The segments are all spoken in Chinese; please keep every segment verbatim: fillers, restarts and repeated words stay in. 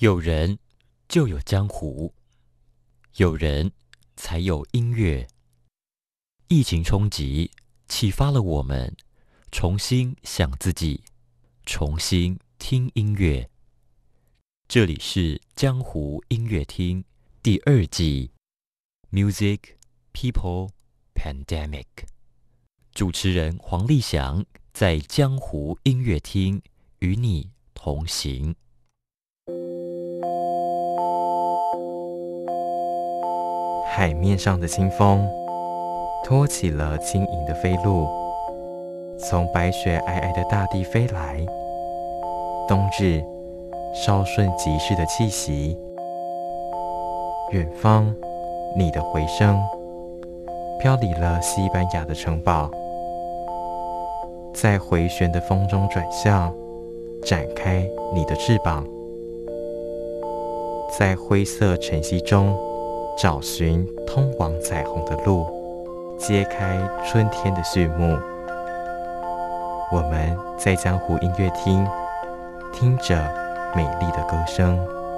有人就有江湖，有人才有音乐。疫情冲击启发了我们重新想自己，重新听音乐。这里是江湖音乐厅第二季 Music People Pandemic， 主持人黄立翔在江湖音乐厅与你同行。 海面上的清风托起了轻盈的飞鹿，从白雪皑皑的大地飞来。冬日稍瞬即逝的气息，远方你的回声飘离了西班牙的城堡，在回旋的风中转向，展开你的翅膀，在灰色晨曦中找寻通往彩虹的路，揭开春天的序幕。我们在江湖音乐厅听着美丽的歌声。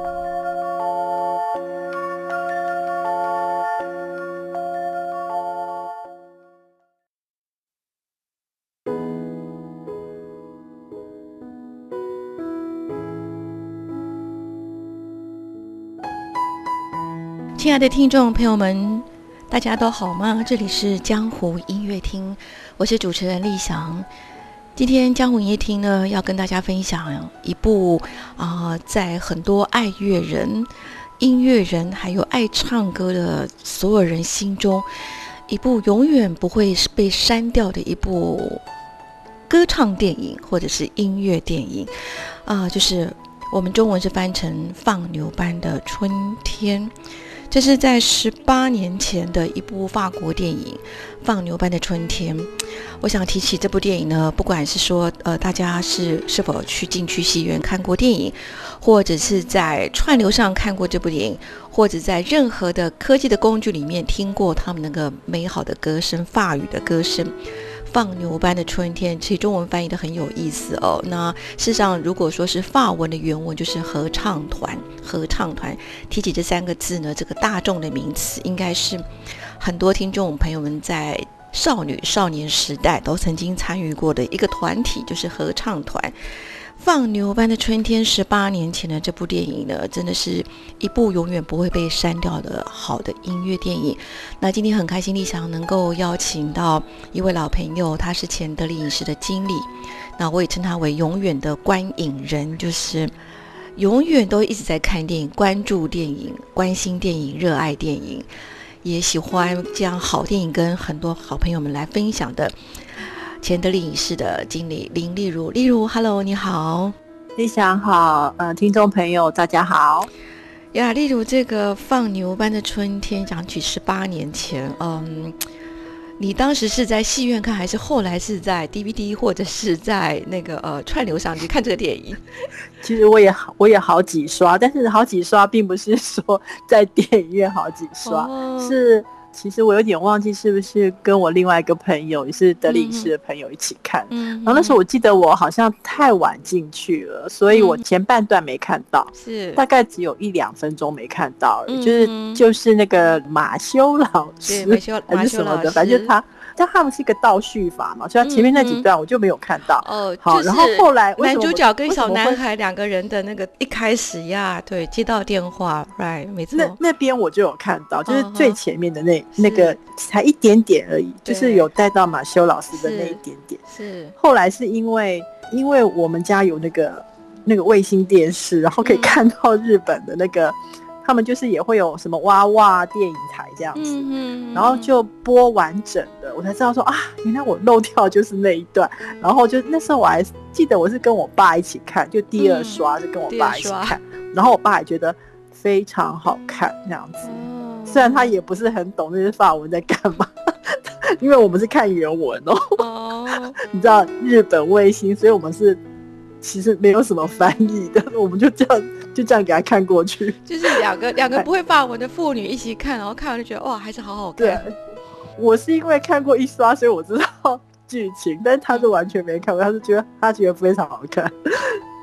亲爱的听众朋友们，大家都好吗？这里是江湖音乐厅，我是主持人立翔。今天江湖音乐厅呢，要跟大家分享一部啊、呃，在很多爱乐人、音乐人还有爱唱歌的所有人心中，一部永远不会被删掉的一部歌唱电影或者是音乐电影啊、呃，就是我们中文是翻成《放牛班的春天》。这是在十八年前的一部法国电影《放牛班的春天》。我想提起这部电影呢，不管是说呃大家是是否去进去戏院看过电影，或者是在串流上看过这部电影，或者在任何的科技的工具里面听过他们那个美好的歌声，法语的歌声。放牛班的春天，其实中文翻译的很有意思哦。那事实上，如果说是法文的原文，就是合唱团。合唱团提起这三个字呢，这个大众的名词，应该是很多听众朋友们在少女少年时代都曾经参与过的一个团体，就是合唱团。放牛班的春天，十八年前的这部电影呢，真的是一部永远不会被删掉的好的音乐电影。那今天很开心，立翔能够邀请到一位老朋友，他是前德利影视的经理，那我也称他为永远的观影人，就是永远都一直在看电影、关注电影、关心电影、热爱电影，也喜欢这样好电影跟很多好朋友们来分享的前德利影视的经理林丽如。丽如 ，Hello， 你好。 立翔好，呃，听众朋友大家好。 呀，例如这个放牛班的春天，讲起十八年前，嗯，你当时是在戏院看，还是后来是在 D V D 或者是在那个呃串流上去看这个电影？ 其实我也我也好几刷，但是好几刷并不是说在电影院好几刷，哦、是。其实我有点忘记是不是跟我另外一个朋友，也是德利影视的朋友一起看、嗯、然后那时候我记得我好像太晚进去了，所以我前半段没看到、嗯、是大概只有一两分钟没看到而已、嗯、就是就是那个马修老师还是什么的，反正他但他们是一个倒叙法嘛，所以他前面那几段我就没有看到、嗯、 哦。 好，然后后来男主角跟小男孩两个人的那个一开始呀，对，接到电话 ，right， 没错。 那那边我就有看到，就是最前面的那、哦、那个才一点点而已，就是有带到马修老师的那一点点。是。后来是因为因为我们家有那个那个卫星电视，然后可以看到日本的那个。嗯他们就是也会有什么娃娃电影台这样子、嗯、然后就播完整的，我才知道说啊，原来我漏掉就是那一段。然后就那时候我还记得我是跟我爸一起看，就第二刷是跟我爸一起看、嗯、然后我爸也觉得非常好看这样子、嗯、虽然他也不是很懂那些法文在干嘛因为我们是看原文哦，哦你知道日本卫星，所以我们是其实没有什么翻译的，我们就这样就这样给他看过去， 就是两个两个不会法文的妇女一起看，然后看完就觉得哇，还是好好看。 对，我是因为看过一刷，所以我知道剧情，但是他是完全没看过，他是觉得他觉得非常好看。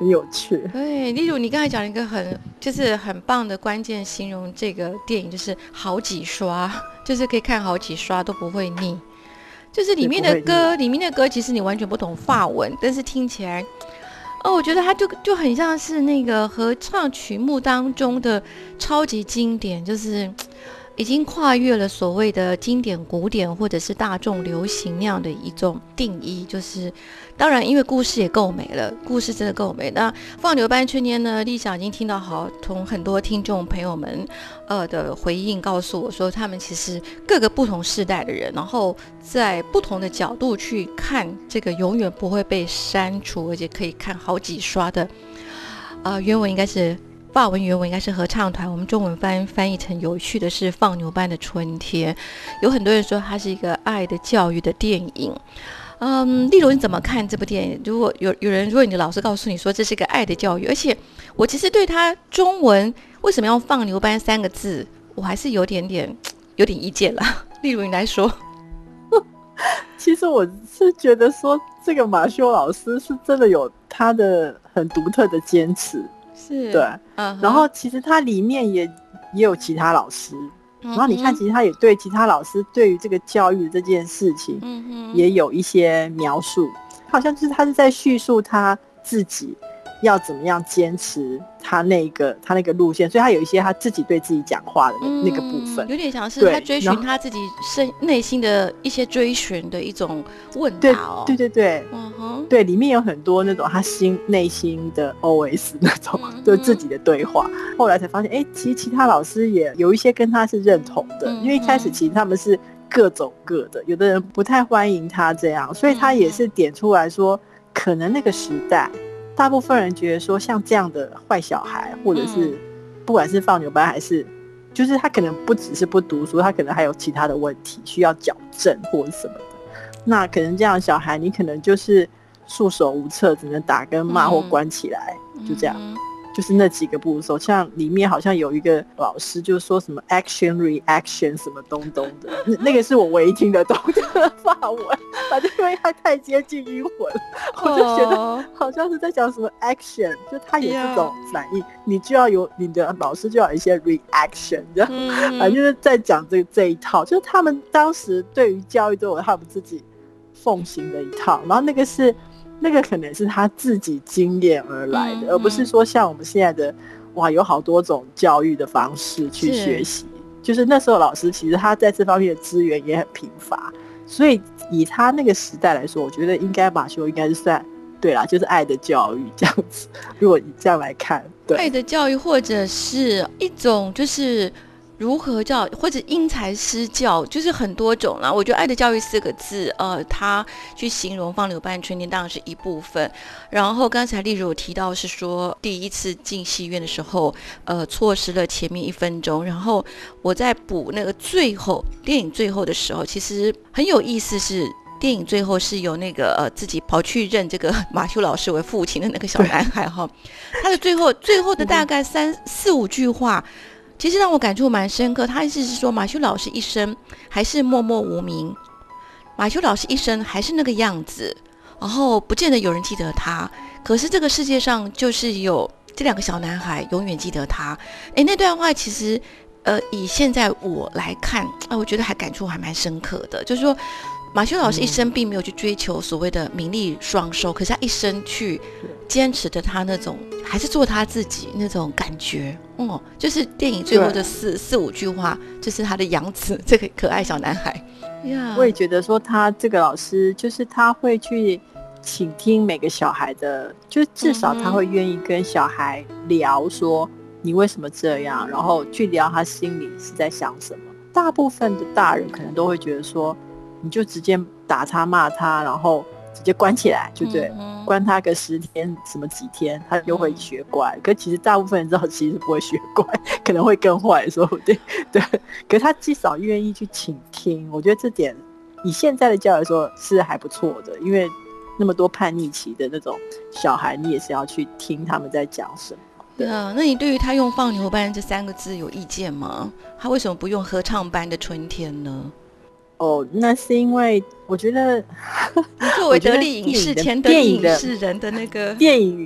很有趣。 对，例如你刚才讲了一个很就是很棒的关键形容这个电影，就是好几刷，就是可以看好几刷都不会腻。就是里面的歌，里面的歌其实你完全不懂法文，但是听起来，哦，我觉得它就就很像是那个合唱曲目当中的超级经典，就是已经跨越了所谓的经典古典或者是大众流行那样的一种定义。就是当然因为故事也够美了，故事真的够美。那放牛班春天呢，立想已经听到好从很多听众朋友们呃的回应告诉我说，他们其实各个不同世代的人，然后在不同的角度去看这个永远不会被删除而且可以看好几刷的呃原文，应该是法文原文应该是合唱团，我们中文翻翻译成有趣的是放牛班的春天。有很多人说它是一个爱的教育的电影。嗯，例如你怎么看这部电影？如果有有人，如果你的老师告诉你说这是一个爱的教育，而且我其实对他中文为什么要放牛班三个字，我还是有点点有点意见了。例如你来说， 其实我是觉得说这个马修老师是真的有他的很独特的坚持。 是， 对， 嗯， 然后其实它里面也也有其他老师，嗯，然后你看，其实他也对其他老师对于这个教育这件事情，嗯，也有一些描述，好像就是他是在叙述他自己要怎么样坚持他那个他那个路线，所以他有一些他自己对自己讲话的 那,、嗯、那个部分， 有点像是他追寻他自己内心的一些追寻的一种问答哦。 对对对对，嗯哼，对，里面有很多那种他心内心的 O S 那种，嗯，就是自己的对话。后来才发现，哎，其实其他老师也有一些跟他是认同的，嗯，因为一开始其实他们是各走各的，有的人不太欢迎他这样，所以他也是点出来说，可能那个时代。大部分人觉得说像这样的坏小孩，或者是不管是放牛班还是就是他可能不只是不读书，他可能还有其他的问题需要矫正或者什么的，那可能这样的小孩你可能就是束手无策，只能打跟骂或关起来，嗯，就这样，就是那几个步骤。像里面好像有一个老师就是说什么 action reaction 什么东东的，那, 那个是我唯一听得懂的法文，反正因为他太接近英文，我就觉得好像是在讲什么 action， 就他有这种反应， yeah. 你就要有你的老师就要有一些 reaction， 这样，嗯，反正就是在讲这这一套，就是他们当时对于教育都有他们自己奉行的一套，然后那个是。那个可能是他自己经验而来的，嗯，而不是说像我们现在的哇有好多种教育的方式去学习，就是那时候老师其实他在这方面的资源也很贫乏，所以以他那个时代来说，我觉得应该马修应该是算对啦，就是爱的教育这样子。如果你这样来看，对， 爱的教育或者是一种就是如何教，或者因材施教，就是很多种啦。我觉得爱的教育四个字，呃，它去形容放牛班春天当然是一部分。然后刚才例如有提到是说第一次进戏院的时候，呃，错失了前面一分钟。然后我在补那个最后电影最后的时候，其实很有意思是。电影最后是由那个呃自己跑去认这个马修老师为父亲的那个小男孩哈，他的最后最后的大概三四五句话。其实让我感触蛮深刻，他意思是说马修老师一生还是默默无名，马修老师一生还是那个样子，然后不见得有人记得他，可是这个世界上就是有这两个小男孩永远记得他。诶，那段话其实呃以现在我来看啊，我觉得还感触还蛮深刻的，就是说马修老师一生并没有去追求所谓的名利双收，可是他一生去坚持的他那种还是做他自己那种感觉，哦，就是电影最后的四四五句话，就是他的养子这个可爱小男孩。 Yeah. 我也觉得说他这个老师就是他会去倾听每个小孩的，就是至少他会愿意跟小孩聊说你为什么这样，然后去聊他心里是在想什么。大部分的大人可能都会觉得说你就直接打他骂他，然后直接关起来就对，嗯，关他个十天什么几天他就会学乖，嗯，可其实大部分人知道其实不会学乖，可能会更坏说不定，对，可是他至少愿意去倾听，我觉得这点以现在的教育来说是还不错的，因为那么多叛逆期的那种小孩你也是要去听他们在讲什么。 对啊，那你对于他用放牛班这三个字有意见吗？他为什么不用合唱班的春天呢？ 哦，那是因为我觉得你作为得力影视前得力影视人的那个电影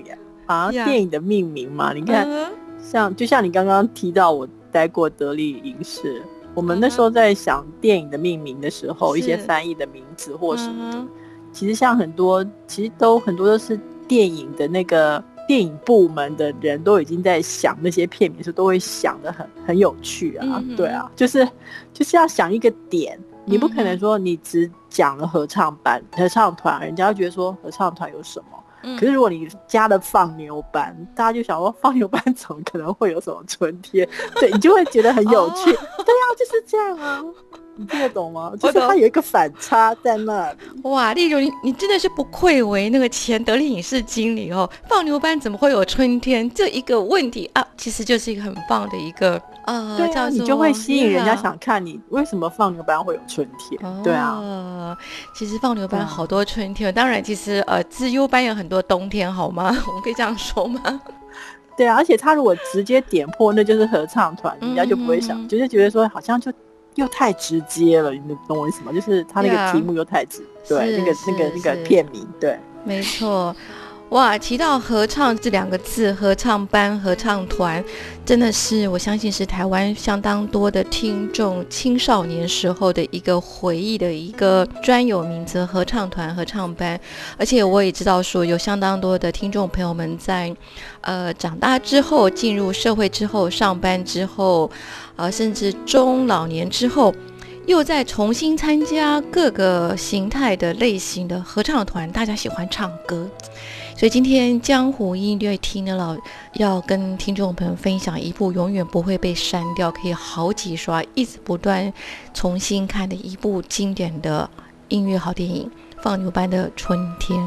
啊电影的命名嘛，你看、uh-huh. 像就像你刚刚提到我待过德力影视，我们那时候在想电影的命名的时候、uh-huh. 一些翻译的名字或什么的、uh-huh. 其实像很多其实都很多都是电影的那个电影部门的人都已经在想那些片名的时候都会想得很很有趣啊、uh-huh. 对啊，就是就是要想一个点，你不可能说你只讲了合唱班合唱团，人家会觉得说合唱团有什么，可是如果你加了放牛班，大家就想说放牛班怎么可能会有什么春天？对，你就会觉得很有趣。哦、对啊，就是这样啊，你听得懂吗？就是它有一个反差在那里。 哇，例如你你真的是不愧为那个前德力影视经理哦，放牛班怎么会有春天这一个问题啊，其实就是一个很棒的一个呃， 对啊，你就会吸引人家想看你为什么放牛班会有春天。哦、对啊， 其实放牛班好多春天，当然其实呃资优班有很多冬天，好吗？我们可以这样说吗？ 对啊，而且他如果直接点破那就是合唱团，人家就不会想、嗯、就是觉得说好像就又太直接了，你懂我意思吗？就是他那个题目又太直、yeah, 对，那个那个那个片名，对， 没错。哇，提到合唱这两个字，合唱班、合唱团，真的是我相信是台湾相当多的听众青少年时候的一个回忆的一个专有名词，合唱团、合唱班。而且我也知道说，有相当多的听众朋友们在呃长大之后，进入社会之后，上班之后，呃，甚至中老年之后，又再重新参加各个形态的类型的合唱团，大家喜欢唱歌。所以今天江湖音乐厅呢，老要跟听众朋友分享一部永远不会被删掉，可以好几刷一直不断重新看的一部经典的音乐好电影《放牛班的春天》。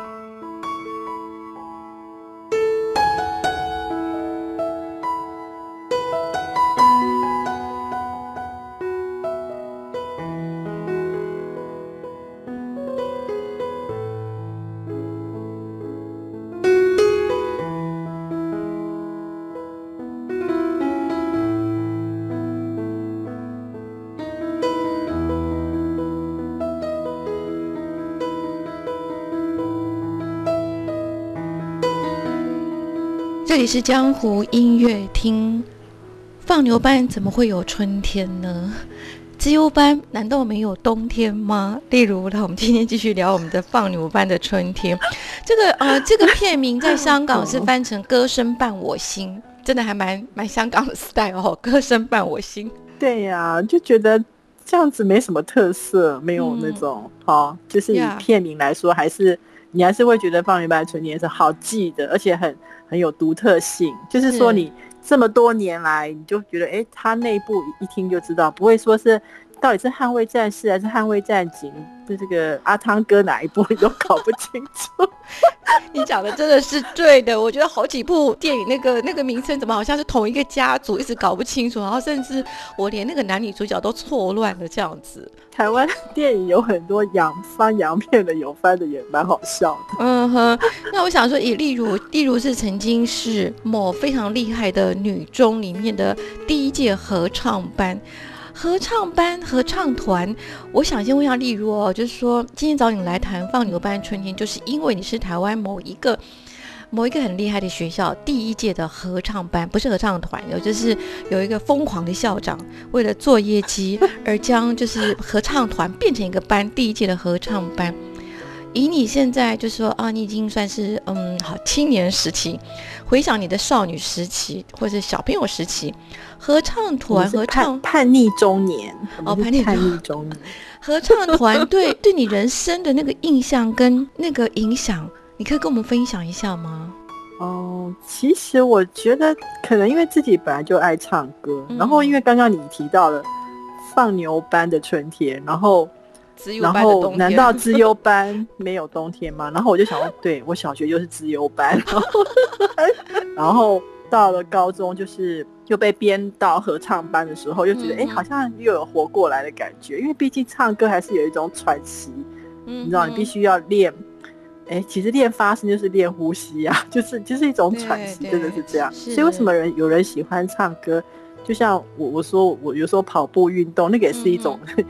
这里是江湖音乐厅。放牛班怎么会有春天呢？资优班难道没有冬天吗？例如呢，我们今天继续聊我们的放牛班的春天。这个呃，这个片名在香港是翻成歌声伴我心，真的还蛮蛮香港的 style 哦，歌声伴我心。 对呀、啊，就觉得这样子没什么特色，没有那种、嗯哦、就是以片名来说，还是你还是会觉得放牛班的春天是好记的，而且很很有独特性。就是说你这么多年来，你就觉得哎，他那一部一听就知道，不会说是到底是捍卫战士还是捍卫战警，就这个阿汤哥哪一部你都搞不清楚。 你讲的真的是对的，我觉得好几部电影那个那个名称怎么好像是同一个家族，一直搞不清楚，然后甚至我连那个男女主角都错乱了这样子。 台湾电影有很多洋翻洋片的，有翻的也蛮好笑的。 嗯哼，那我想说，也例如例如是曾经是某非常厉害的女中里面的第一届合唱班。合唱班、合唱团，我想先问一下例如哦，就是说今天找你来谈放牛班春天，就是因为你是台湾某一个某一个很厉害的学校第一届的合唱班，不是合唱团，有就是有一个疯狂的校长，为了做业绩而将就是合唱团变成一个班，第一届的合唱班。以你现在就是说啊，你已经算是嗯好青年时期，回想你的少女时期或者小朋友时期，合唱团合唱叛逆中年哦，叛逆中年合唱团对对你人生的那个印象跟那个影响，你可以跟我们分享一下吗？ 哦，其实我觉得可能因为自己本来就爱唱歌，嗯、然后因为刚刚你提到了放牛班的春天，然后。然后难道资优班没有冬天吗？然后我就想说，对，我小学就是资优班，然后, 然后到了高中就是又被编到合唱班的时候，又觉得哎、嗯，好像又有活过来的感觉，因为毕竟唱歌还是有一种喘息，嗯、你知道，你必须要练。哎，其实练发声就是练呼吸啊，就是就是一种喘息，真的是这样。所以为什么人有人喜欢唱歌？就像我我说我有时候跑步运动，那个也是一种。嗯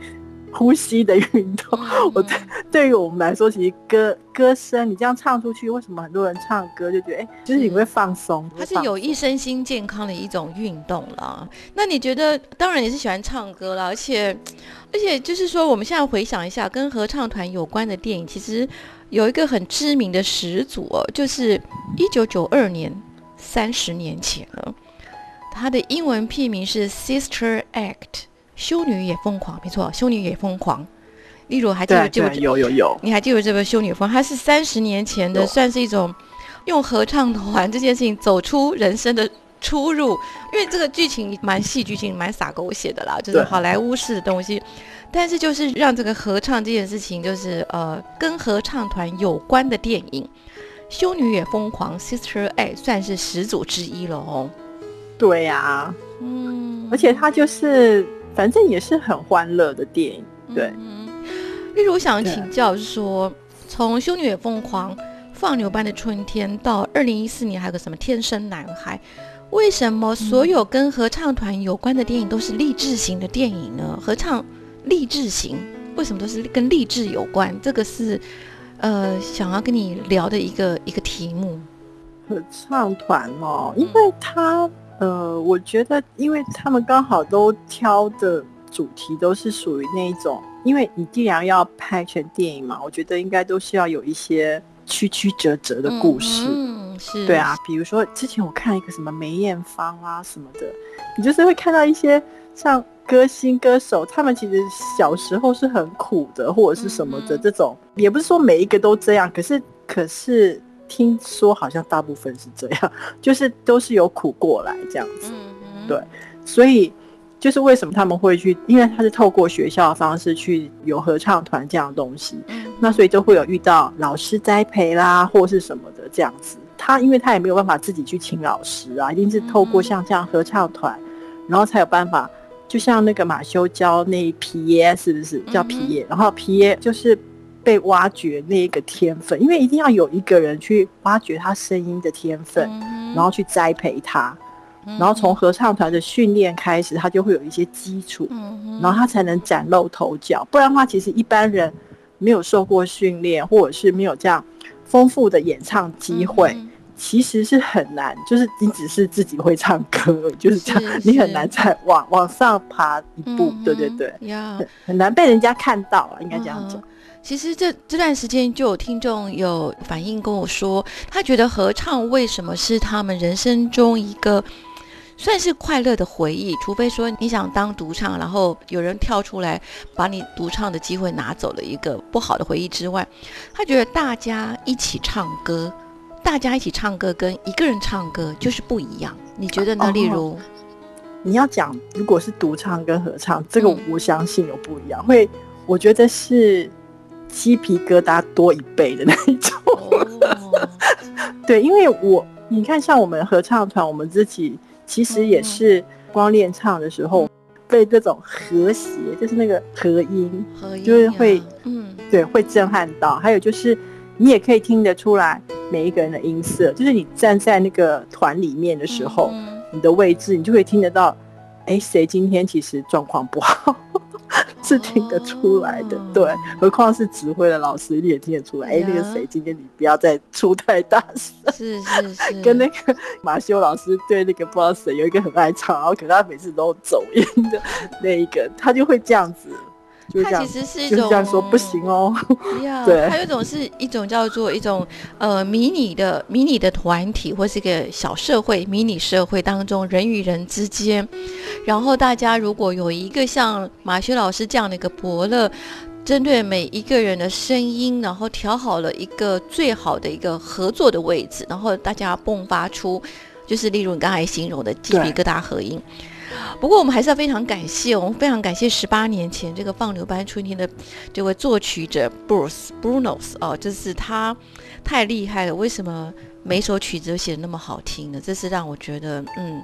呼吸的运动。嗯、我对对于我们来说，其实歌歌声你这样唱出去，为什么很多人唱歌就觉得哎，就是你会放松， 它是有益身心健康的一种运动啦。那你觉得，当然你是喜欢唱歌啦，而且而且就是说，我们现在回想一下，跟合唱团有关的电影，其实有一个很知名的始祖哦，就是一九九二年，三十年前了。它的英文片名是 Sister Act， 修女也疯狂，没错，修女也疯狂。例如还记得这部？有有有，你还记得这部修女疯？它是三十年前的，算是一种用合唱团这件事情走出人生的出入，因为这个剧情蛮戏剧性、蛮洒狗血的啦，就是好莱坞式的东西。但是就是让这个合唱这件事情，就是呃跟合唱团有关的电影，《修女也疯狂》Sister Act 算是始祖之一了哦。 对呀、啊，嗯，而且它就是反正也是很欢乐的电影，对。 嗯，例如我想请教就是说，从《修女也疯狂》、《放牛班的春天》到二零一四年还有个什么《天生男孩》，为什么所有跟合唱团有关的电影都是励志型的电影呢？合唱励志型为什么都是跟励志有关？这个是呃想要跟你聊的一个一个题目。 合唱团哦，因为他。呃，我觉得，因为他们刚好都挑的主题都是属于那一种，因为你既然要拍成电影嘛，我觉得应该都是要有一些曲曲折折的故事。 嗯，是， 对啊，比如说之前我看一个什么梅艳芳啊什么的，你就是会看到一些像歌星歌手，他们其实小时候是很苦的，或者是什么的这种，嗯、也不是说每一个都这样，可是可是。听说好像大部分是这样，就是都是有苦过来这样子，嗯、对，所以就是为什么他们会去，因为他是透过学校的方式去有合唱团这样的东西，嗯、那所以就会有遇到老师栽培啦，或是什么的这样子。他因为他也没有办法自己去请老师啊，一定是透过像这样合唱团，然后才有办法。就像那个马修教那皮耶，是不是叫皮耶？嗯、然后皮耶就是。被挖掘那一个天分，因为一定要有一个人去挖掘他声音的天分，嗯、然后去栽培他，嗯、然后从合唱团的训练开始，他就会有一些基础，嗯、然后他才能崭露头角。不然的话，其实一般人没有受过训练，或者是没有这样丰富的演唱机会，嗯、其实是很难。就是你只是自己会唱歌，就是这样，你很难再往往上爬一步。嗯、对对对，很难被人家看到啊，应该这样讲。嗯其实这这段时间就有听众有反映跟我说，他觉得合唱为什么是他们人生中一个算是快乐的回忆，除非说你想当独唱，然后有人跳出来把你独唱的机会拿走了一个不好的回忆之外，他觉得大家一起唱歌，大家一起唱歌跟一个人唱歌就是不一样，你觉得呢？例如、哦、 你要讲如果是独唱跟合唱，这个我相信有不一样，嗯、会我觉得是鸡皮疙瘩多一倍的那一种。哦、对，因为我你看像我们合唱团，我们自己其实也是光练唱的时候、嗯、被这种和谐，就是那个和音， 和音、啊、 就是会嗯对会震撼到。还有就是你也可以听得出来每一个人的音色，就是你站在那个团里面的时候、嗯、你的位置你就会听得到，哎，谁今天其实状况不好是听得出来的，哦、对，何况是指挥的老师，你也听得出来。哎、欸，那个谁，今天你不要再出太大声。 是是是， 跟那个马修老师对那个不知道谁有一个很爱唱，然后可是他每次都走音的那一个，他就会这样子。就它其实是一种， 就是这样说不行哦。 对，还有一种是一种叫做一种呃迷你的迷你的团体，或是一个小社会、迷你社会当中人与人之间，然后大家如果有一个像马修老师这样的一个伯乐，针对每一个人的声音，然后调好了一个最好的一个合作的位置，然后大家迸发出，就是例如你刚才形容的鸡皮疙瘩合音。不过我们还是要非常感谢，我们非常感谢十八年前这个放牛班春天的这位作曲者 Bruce Brunos 哦，就是他太厉害了，为什么每首曲子都写得那么好听呢？这是让我觉得嗯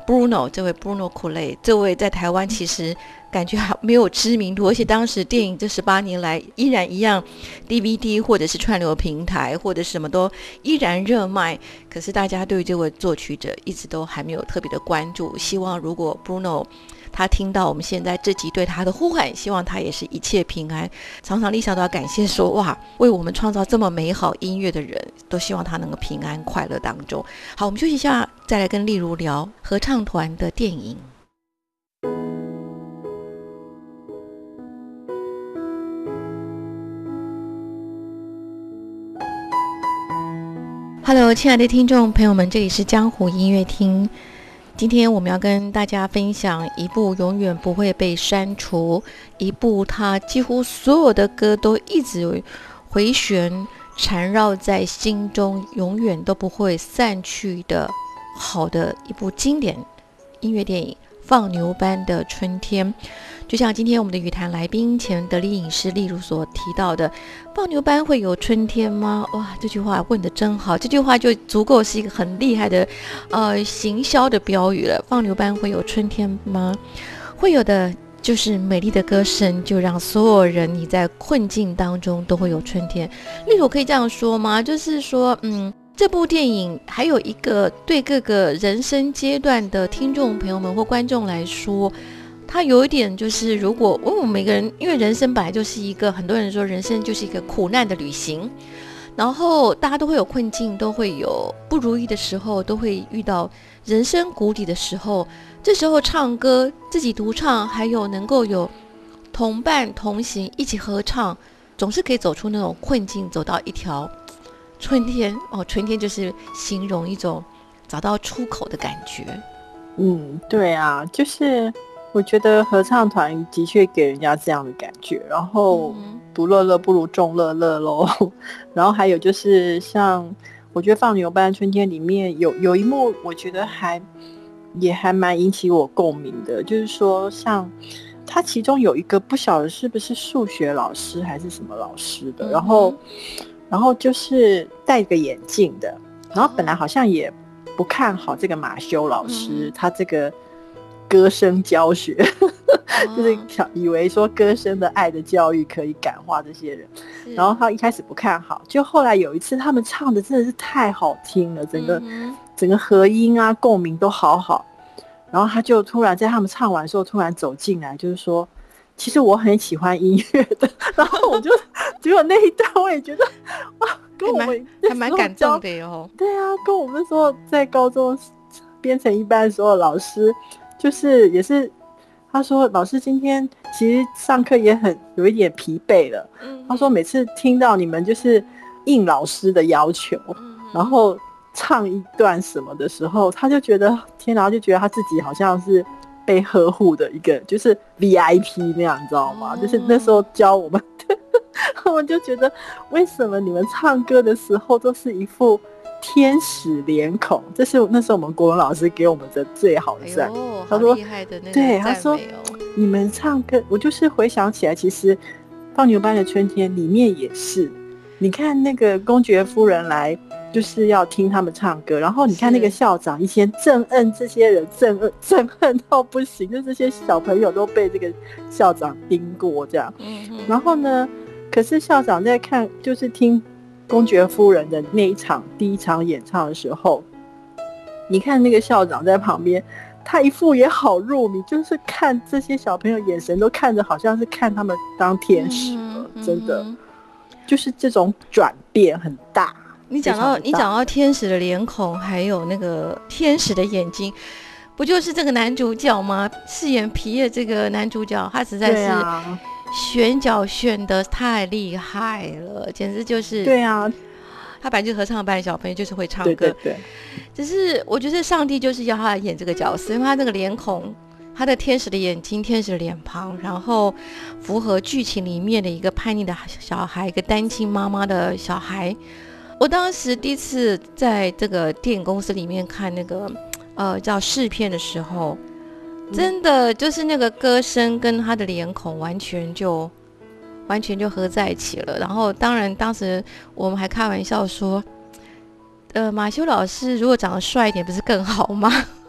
Bruno 这位 Bruno Colet 这位在台湾其实感觉还没有知名度，而且当时电影这十八年来依然一样 D V D 或者是串流平台或者什么都依然热卖，可是大家对于这位作曲者一直都还没有特别的关注。希望如果 Bruno 他听到我们现在这集对他的呼喊，希望他也是一切平安。常常丽莎都要感谢说，哇，为我们创造这么美好音乐的人，都希望他能够平安快乐当中。好，我们休息一下，再来跟丽如聊合唱团的电影。Hello， 亲爱的听众朋友们，这里是江湖音乐厅。今天我们要跟大家分享一部永远不会被删除，一部它几乎所有的歌都一直回旋缠绕在心中，永远都不会散去的好的一部经典音乐电影《放牛班的春天》。就像今天我们的语坛来宾前的丽影师例如所提到的，放牛班会有春天吗？哇，这句话问得真好，这句话就足够是一个很厉害的呃行销的标语了。放牛班会有春天吗？会有的，就是美丽的歌声，就让所有人你在困境当中都会有春天。例如可以这样说吗？就是说嗯这部电影还有一个对各个人生阶段的听众朋友们或观众来说，它有一点就是，如果我们每个人，因为人生本来就是一个，很多人说人生就是一个苦难的旅行，然后大家都会有困境，都会有不如意的时候，都会遇到人生谷底的时候，这时候唱歌，自己独唱，还有能够有同伴同行一起合唱，总是可以走出那种困境，走到一条春天哦。春天就是形容一种找到出口的感觉。 嗯，对啊，就是我觉得合唱团的确给人家这样的感觉，然后独乐乐不如众乐乐咯。然后还有就是像我觉得放牛班春天里面有有一幕我觉得还也还蛮引起我共鸣的，就是说像他其中有一个不晓得是不是数学老师还是什么老师的，然后然后就是戴个眼镜的，然后本来好像也不看好这个马修老师他这个歌声教学就是以为说歌声的爱的教育可以感化这些人，然后他一开始不看好，就后来有一次他们唱的真的是太好听了，整个、嗯、整个和音啊共鸣都好好，然后他就突然在他们唱完的时候突然走进来，就是说其实我很喜欢音乐的，然后我就结果那一段我也觉得哇，跟我们还蛮感动的哟。 对啊，跟我们说在高中编成一班的时候老师就是也是他说老师今天其实上课也很有一点疲惫了、嗯、他说每次听到你们就是应老师的要求、嗯、然后唱一段什么的时候他就觉得天哪，就觉得他自己好像是被呵护的一个就是 V I P 那样，你知道吗、嗯、就是那时候教我们我就觉得为什么你们唱歌的时候都是一副天使脸孔，这是那是我们国文老师给我们的最好的赞、 哎、他说好厉害的那个赞美、哦、对，他说你们唱歌，我就是回想起来其实放牛班的春天里面也是，你看那个公爵夫人来就是要听他们唱歌，然后你看那个校长以前憎恨这些人憎恨憎恨到不行，就这些小朋友都被这个校长盯过这样、嗯、然后呢可是校长在看就是听公爵夫人的那一场第一场演唱的时候，你看那个校长在旁边他一副也好入迷，就是看这些小朋友眼神都看着好像是看他们当天使了、嗯、真的、嗯、就是这种转变很大。 你讲到你讲到天使的脸孔还有那个天使的眼睛，不就是这个男主角吗？饰演皮耶这个男主角他实在是选角选得太厉害了，简直就是对啊， 他本来就是合唱班的小朋友，就是会唱歌， 对对对， 只是我觉得上帝就是要他演这个角色，因为他那个脸孔，他的天使的眼睛，天使的脸庞，然后符合剧情里面的一个叛逆的小孩，一个单亲妈妈的小孩。我当时第一次在这个电影公司里面看那个呃叫试片的时候，真的就是那个歌声跟他的脸孔完全就完全就合在一起了。然后当然当时我们还开玩笑说呃马修老师如果长得帅一点不是更好吗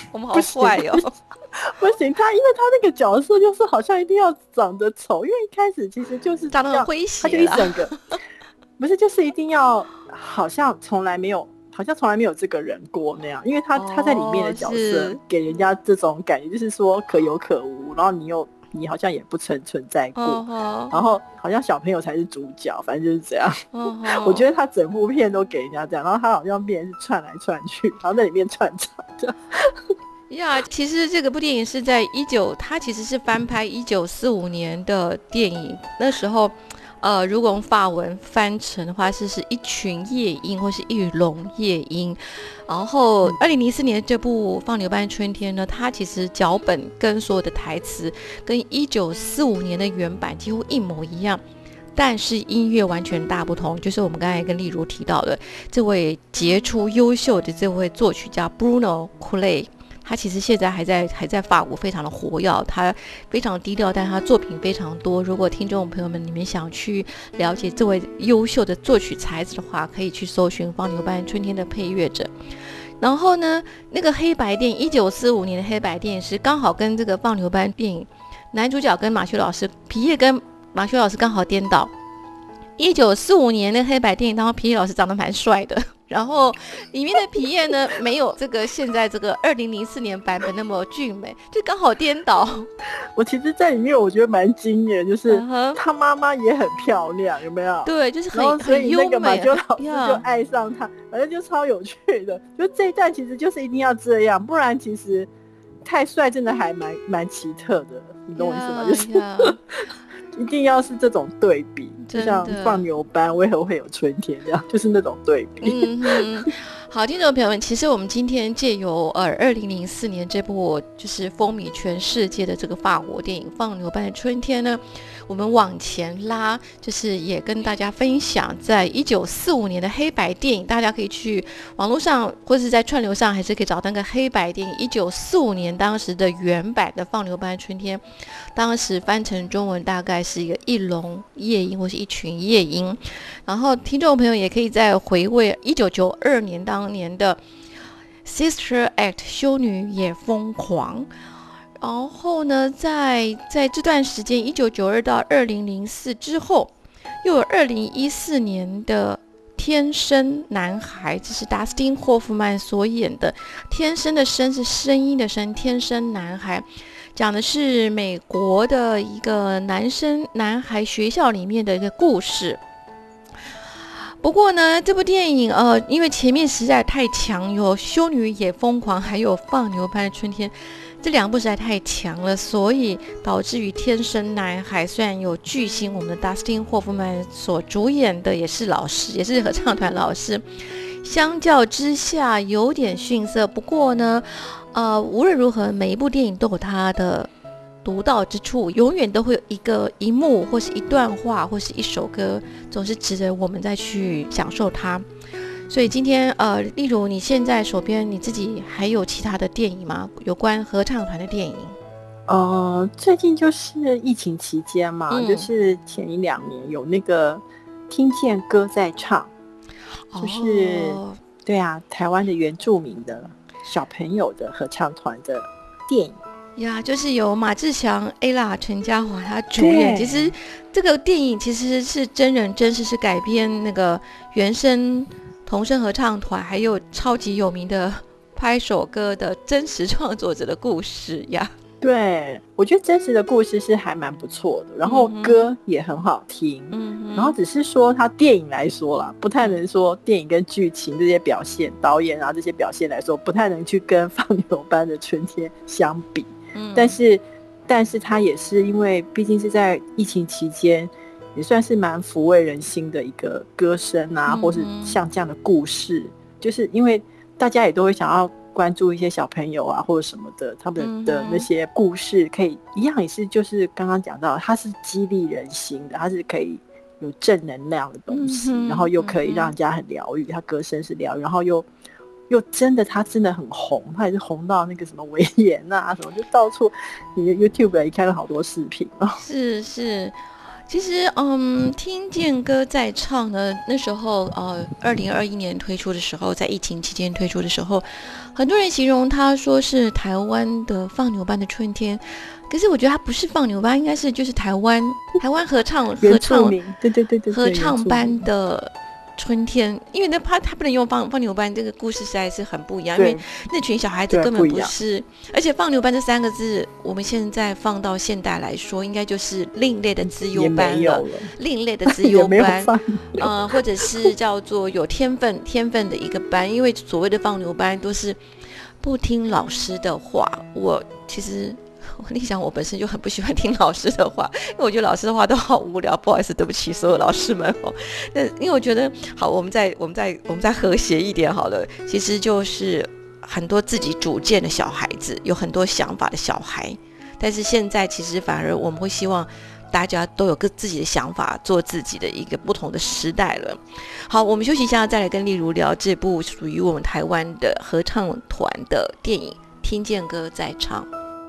我们好坏哦。 不行，他因为他那个角色就是好像一定要长得丑，因为一开始其实就是长得很诙谐， 他就一整个不是就是一定要好像从来没有好像从来没有这个人过那样，因为他、哦、他在里面的角色给人家这种感觉就是说可有可无，然后你又你好像也不曾存在过、哦、然后好像小朋友才是主角，反正就是这样、哦、我觉得他整部片都给人家这样，然后他好像变成是串来串去，然后在里面串场这样呀、yeah, 其实这个部电影是在一九，它其实是翻拍一九四五年的电影。那时候，呃，如果用法文翻成的话，是是一群夜莺或是一笼夜莺。然后，二零零四年这部《放牛班春天》呢，它其实脚本跟所有的台词跟一九四五年的原版几乎一模一样。但是音乐完全大不同，就是我们刚才跟丽如提到的这位杰出优秀的这位作曲家 Bruno Coulais。他其实现在还在还在法国非常的活跃，他非常低调，但他作品非常多。如果听众朋友们你们想去了解这位优秀的作曲才子的话，可以去搜寻《放牛班春天》的配乐者。然后呢，那个黑白电影一九四五年的黑白电影是刚好跟这个放牛班电影男主角跟马修老师皮耶跟马修老师刚好颠倒。一九四五年的黑白电影当中，皮耶老师长得蛮帅的。然后里面的皮耶呢，没有这个现在这个二零零四年版本那么俊美，就刚好颠倒。 我其实在里面我觉得蛮惊艳，就是他妈妈也很漂亮，有没有？ 对，就是很然后所以那个马修老师就爱上他，反正就超有趣的。就这一段其实就是一定要这样，不然其实太帅真的还蛮蛮奇特的，你懂我意思吗？就是。一定要是这种对比，就像放牛班为何会有春天这样，就是那种对比。 嗯嗯，好，听众朋友们，其实我们今天借由呃二零零四年这部就是风靡全世界的这个法国电影《放牛班的春天》呢，我们往前拉，就是也跟大家分享，在一九四五年的黑白电影，大家可以去网络上或者是在串流上，还是可以找到那个黑白电影一九四五年当时的原版的《放牛班的春天》，当时翻成中文大概是一个一笼夜莺或是一群夜莺。然后听众朋友也可以再回味一九九二年当年的 Sister Act 修女也疯狂。然后呢，在在这段时间一九九二到二零零四之后，又有二零一四年的天生男孩，这是 Dustin Hoffman 所演的。天生的生是声音的声，天生男孩讲的是美国的一个男生男孩学校里面的一个故事。不过呢，这部电影呃，因为前面实在太强，有修女也疯狂，还有放牛班的春天，这两部实在太强了，所以导致于天生男孩虽然有巨星我们的 Dustin Hoffman 所主演的，也是老师，也是合唱团老师，相较之下有点逊色。不过呢，呃，无论如何，每一部电影都有它的独到之处，永远都会有一个一幕或是一段话或是一首歌，总是值得我们再去享受它。所以今天呃，例如你现在手边你自己还有其他的电影吗？有关合唱团的电影？ 呃，最近就是疫情期间嘛、嗯、就是前一两年有那个听见歌在唱，就是、哦、对啊，台湾的原住民的小朋友的合唱团的电影呀，就是由马志祥、Ella、陈嘉华他主演。其实这个电影其实是真人真事，是改编那个原声童声合唱团还有超级有名的拍手歌的真实创作者的故事呀。 对，我觉得真实的故事是还蛮不错的，然后歌也很好听、嗯、然后只是说它电影来说啦，不太能说电影跟剧情这些表现，导演啊这些表现来说，不太能去跟放牛班的春天相比、嗯、但是但是它也是因为毕竟是在疫情期间，也算是蛮抚慰人心的一个歌声啊、嗯、或是像这样的故事，就是因为大家也都会想要关注一些小朋友啊或者什么的，他们的那些故事可以一样也是就是刚刚讲到它是激励人心的，它是可以有正能量的东西、嗯、然后又可以让人家很疗愈，它歌声是疗愈，然后又又真的它真的很红，它也是红到那个什么维演啊什么，就到处你的 YouTube 也看到好多视频、哦、 是是其实，嗯，听见歌在唱呢，那时候，呃，二零二一年推出的时候，在疫情期间推出的时候，很多人形容它说是台湾的放牛班的春天，可是我觉得它不是放牛班，应该是就是台湾台湾合唱合唱对对对对合唱班的春天，因为那他他不能用放放牛班这个故事实在是很不一样，因为那群小孩子根本不是，而且放牛班这三个字，我们现在放到现代来说，应该就是另类的资优班了，另类的资优班，呃，或者是叫做有天分天分的一个班，因为所谓的放牛班都是不听老师的话，我其实。我立想我本身就很不喜欢听老师的话，因为我觉得老师的话都好无聊，不好意思，对不起所有老师们哦。那因为我觉得好，我们再我们再我们再和谐一点好了，其实就是很多自己主见的小孩子，有很多想法的小孩，但是现在其实反而我们会希望大家都有个自己的想法，做自己的一个不同的时代了。好，我们休息一下，再来跟丽如聊这部属于我们台湾的合唱团的电影《听见歌在唱》。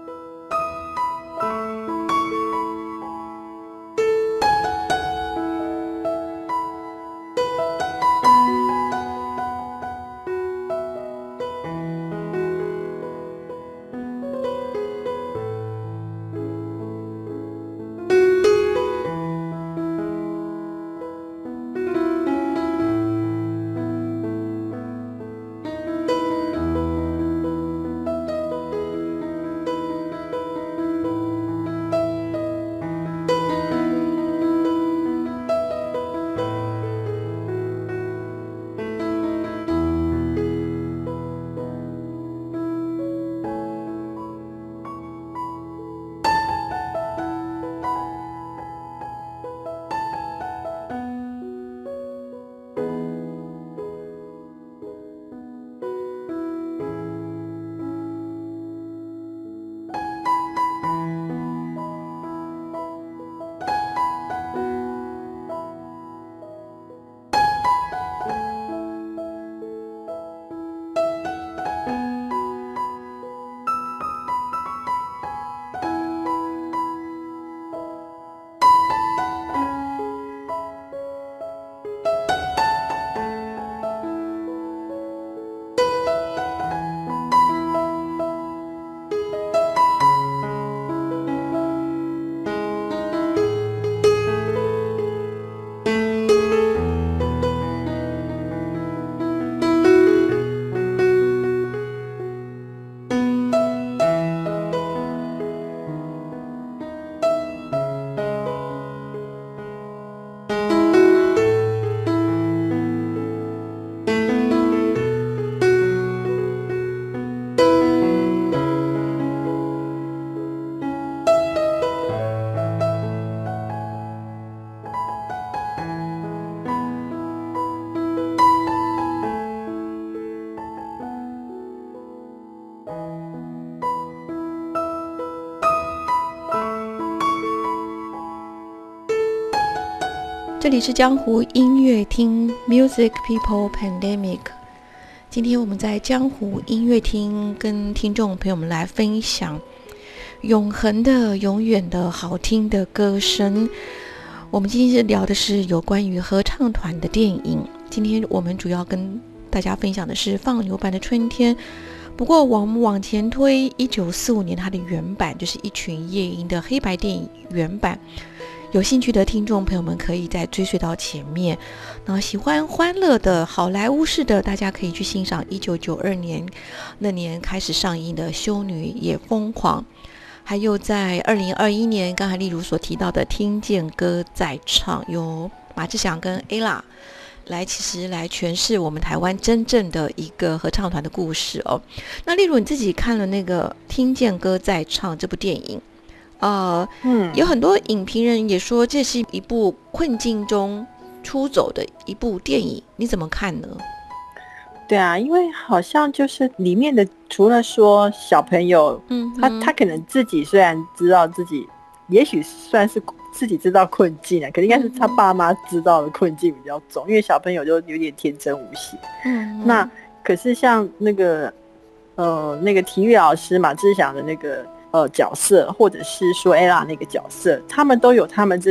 这里是江湖音乐厅 Music People Pandemic。 今天我们在江湖音乐厅跟听众朋友们来分享永恒的永远的好听的歌声。我们今天是聊的是有关于合唱团的电影，今天我们主要跟大家分享的是放牛班的春天。不过我们往前推一九四五年它的原版，就是一群夜莺的黑白电影原版，有兴趣的听众朋友们可以再追随到前面。那喜欢欢乐的好莱坞式的，大家可以去欣赏一九九二年那年开始上映的《修女也疯狂》，还有在二零二一年刚才例如所提到的《听见歌在唱》，由马志祥跟 Ella 来其实来诠释我们台湾真正的一个合唱团的故事哦。那例如你自己看了那个《听见歌在唱》这部电影，呃，嗯，有很多影评人也说这是一部困境中出走的一部电影，你怎么看呢？ 对啊，因为好像就是里面的，除了说小朋友，嗯，他他可能自己虽然知道自己，也许算是自己知道困境啊，可是应该是他爸妈知道的困境比较重，因为小朋友就有点天真无邪。嗯，那可是像那个呃那个体育老师马志祥的那个呃角色，或者是说 Ella 那个角色，他们都有他们自己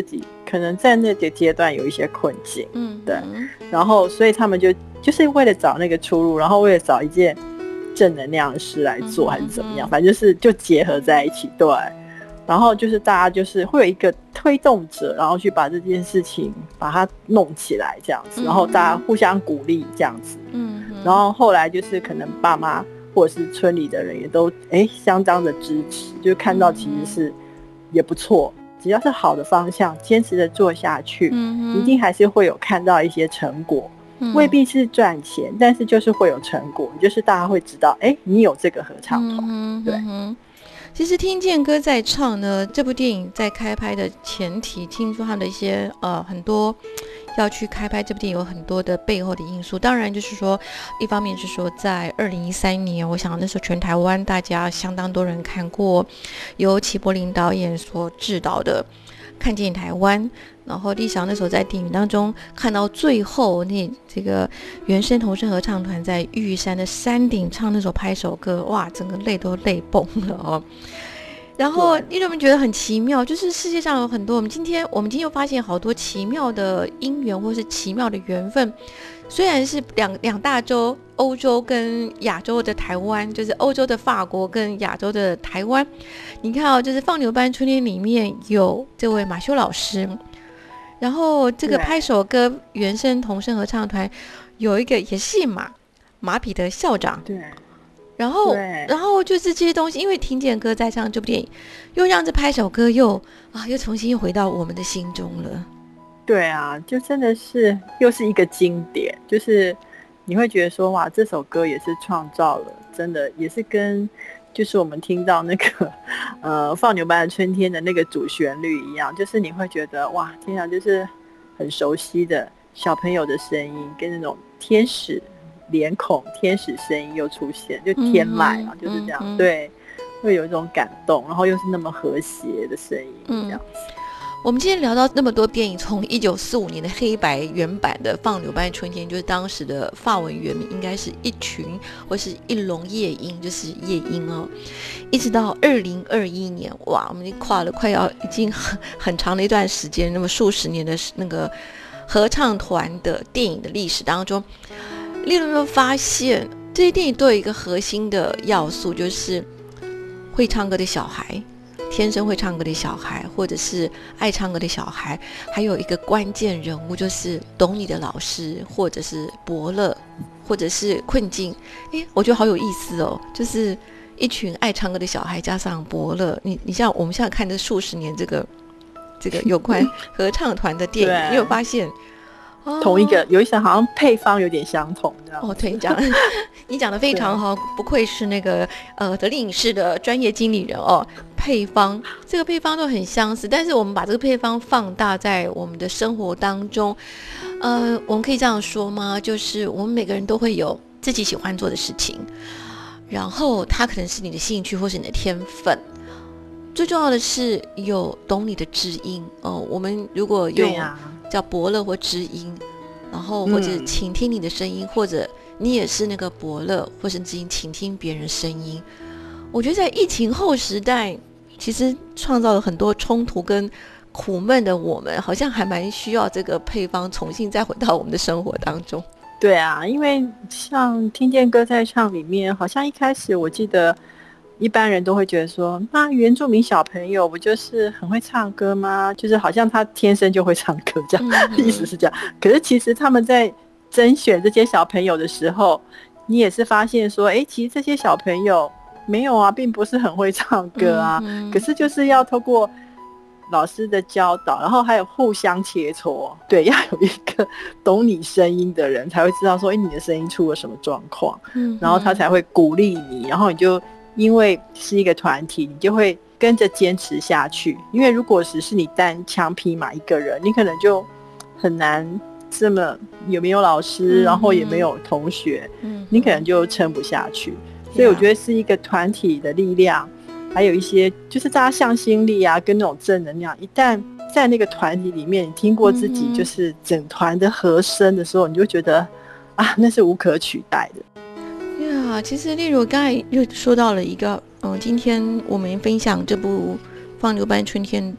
可能在那个阶段有一些困境，嗯，对，然后所以他们就就是为了找那个出路，然后为了找一件正能量的事来做，还是怎么样，反正就是就结合在一起，对。然后就是大家就是会有一个推动者，然后去把这件事情把它弄起来这样子，然后大家互相鼓励这样子，嗯，然后后来就是可能爸妈或者是村里的人也都哎相当的支持，就看到其实是也不错，只要是好的方向，坚持的做下去，嗯，一定还是会有看到一些成果，嗯，未必是赚钱，但是就是会有成果，就是大家会知道，哎，你有这个合唱团，嗯，对。 其实听健哥在唱呢，这部电影在开拍的前提，听说他的一些呃很多要去开拍这部电影有很多的背后的因素。当然就是说，一方面是说在二零一三年，我想那时候全台湾大家相当多人看过由齐柏林导演所执导的《看见台湾》，然后立翔那时候在电影当中看到最后那这个原声童声合唱团在玉山的山顶唱那首拍手歌，哇，整个泪都泪崩了哦。然后你有没有觉得很奇妙？就是世界上有很多我们今天我们今天又发现好多奇妙的因缘或是奇妙的缘分，虽然是两两大洲，欧洲跟亚洲的台湾，就是欧洲的法国跟亚洲的台湾。你看哦，就是放牛班春天里面有这位马修老师，然后这个拍手歌原声童声合唱团有一个也是马马彼得校长， 对。 然后然后就是这些东西，因为听见歌在唱这部电影，又让这拍手歌又啊又重新又回到我们的心中了。 对啊，就真的是又是一个经典，就是你会觉得说哇，这首歌也是创造了，真的也是跟就是我们听到那个呃放牛班的春天的那个主旋律一样，就是你会觉得哇，天啊，就是很熟悉的小朋友的声音，跟那种天使脸孔、天使声音又出现，就天籁嘛，嗯、就是这样、嗯，对，会有一种感动，然后又是那么和谐的声音，这样子。嗯， 我们今天聊到那么多电影，从一九四五年的黑白原版的《放牛班春天》，就是当时的法文原名应该是一群或是一笼夜莺，就是夜莺哦，一直到二零二一年，哇，我们已经跨了快要已经很很长的一段时间，那么数十年的那个合唱团的电影的历史当中，你有没有发现这些电影都有一个核心的要素，就是会唱歌的小孩，天生会唱歌的小孩，或者是爱唱歌的小孩，还有一个关键人物就是懂你的老师，或者是伯乐，或者是困境。诶，我觉得好有意思哦，就是一群爱唱歌的小孩加上伯乐。你你像我们现在看这数十年这个这个有关合唱团的电影，你有发现？ 同一个有一些好像配方有点相同这样。 哦，对，你讲你讲的非常好，不愧是那个呃得力影视的专业经理人哦。配方这个配方都很相似，但是我们把这个配方放大在我们的生活当中，呃，我们可以这样说吗？就是我们每个人都会有自己喜欢做的事情，然后它可能是你的兴趣或是你的天分。最重要的是有懂你的知音哦。我们如果用叫伯乐或知音，然后或者倾听你的声音、嗯、或者你也是那个伯乐或是知音，倾听别人声音。我觉得在疫情后时代，其实创造了很多冲突跟苦闷的我们，好像还蛮需要这个配方重新再回到我们的生活当中。 对啊，因为像听见歌在唱里面，好像一开始我记得一般人都会觉得说，那原住民小朋友不就是很会唱歌吗？就是好像他天生就会唱歌这样、嗯、意思是这样。可是其实他们在甄选这些小朋友的时候，你也是发现说，哎，其实这些小朋友没有啊，并不是很会唱歌啊、嗯、可是就是要透过老师的教导，然后还有互相切磋，对，要有一个懂你声音的人才会知道说，哎，你的声音出了什么状况、嗯、然后他才会鼓励你，然后你就因为是一个团体，你就会跟着坚持下去。因为如果只是你单枪匹马一个人，你可能就很难这么也没有老师、嗯、然后也没有同学、嗯、你可能就撑不下去。所以我觉得是一个团体的力量，还有一些就是大家向心力啊，跟那种正能量，一旦在那个团体里面你听过自己就是整团的和声的时候，你就觉得啊，那是无可取代的呀。其实例如刚才又说到了一个嗯，今天我们分享这部放牛班春天的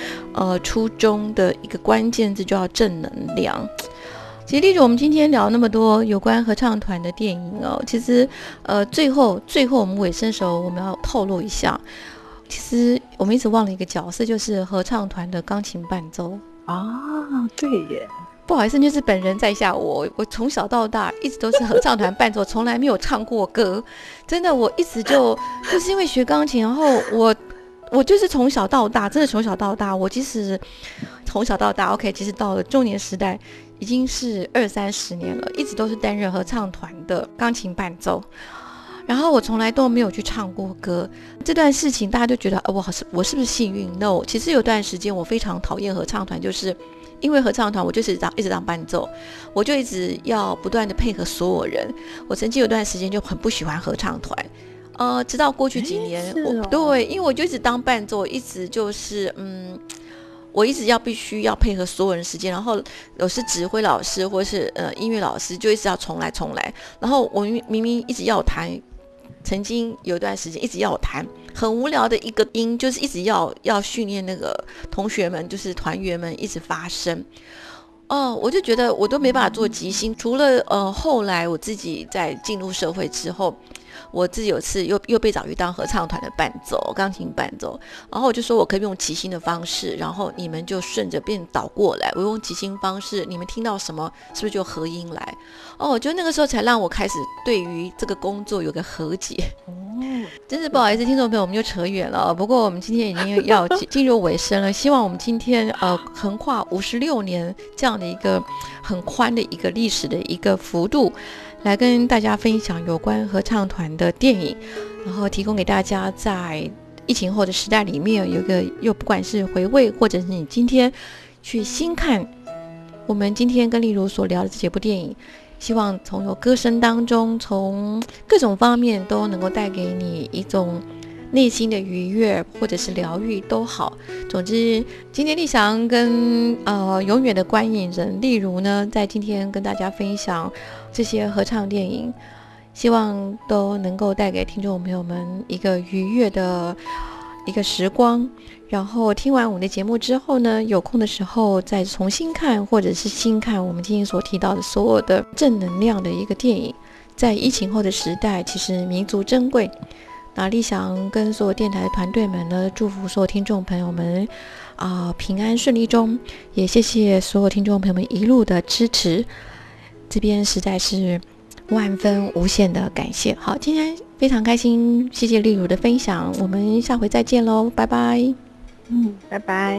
呃初衷的一个关键字，就叫正能量。其实例如我们今天聊那么多有关合唱团的电影哦，其实呃最后最后我们尾声的时候，我们要透露一下，其实我们一直忘了一个角色，就是合唱团的钢琴伴奏啊。对耶， 不好意思，就是本人在下我，我从小到大一直都是合唱团伴奏，从来没有唱过歌。真的，我一直就就是因为学钢琴，然后我我就是从小到大，真的从小到大，我即使从小到大 ，OK， 其实到了中年时代，已经是二三十年了，一直都是担任合唱团的钢琴伴奏。然后我从来都没有去唱过歌，这段事情大家就觉得，呃、我是我是不是幸运 ？No， 其实有段时间我非常讨厌合唱团，就是因为合唱团我就是当一直当伴奏，我就一直要不断的配合所有人。我曾经有段时间就很不喜欢合唱团，呃，直到过去几年， 哦、 我对，因为我就一直当伴奏，一直就是嗯。我一直要必须要配合所有人时间，然后有时指挥老师或是呃音乐老师就一直要重来重来，然后我明明一直要弹，曾经有一段时间一直要弹很无聊的一个音，就是一直要要训练那个同学们，就是团员们一直发声。哦，我就觉得我都没办法做即兴，除了呃后来我自己在进入社会之后。我自己有次又又被找去当合唱团的伴奏，钢琴伴奏，然后我就说我可以用即兴的方式，然后你们就顺着变倒过来，我用即兴方式，你们听到什么是不是就合音来？哦，我觉得那个时候才让我开始对于这个工作有个和解。哦，真是不好意思，听众朋友，我们就扯远了。不过我们今天已经要进入尾声了，希望我们今天呃横跨五十六年这样的一个很宽的一个历史的一个幅度。来跟大家分享有关合唱团的电影，然后提供给大家在疫情后的时代里面有一个又不管是回味，或者是你今天去新看我们今天跟例如所聊的这几部电影，希望从有歌声当中，从各种方面都能够带给你一种内心的愉悦或者是疗愈都好。总之今天立翔跟呃永远的观影人例如呢，在今天跟大家分享这些合唱电影，希望都能够带给听众朋友们一个愉悦的一个时光。然后听完我们的节目之后呢，有空的时候再重新看或者是新看我们今天所提到的所有的正能量的一个电影。在疫情后的时代，其实弥足珍贵。那立翔跟所有电台团队们呢，祝福所有听众朋友们啊、呃、平安顺利中，也谢谢所有听众朋友们一路的支持，这边实在是万分无限的感谢。好，今天非常开心，谢谢例如的分享，我们下回再见喽，拜拜。 嗯，拜拜。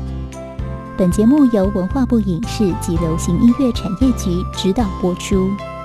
本节目由文化部影视及流行音乐产业局指导播出。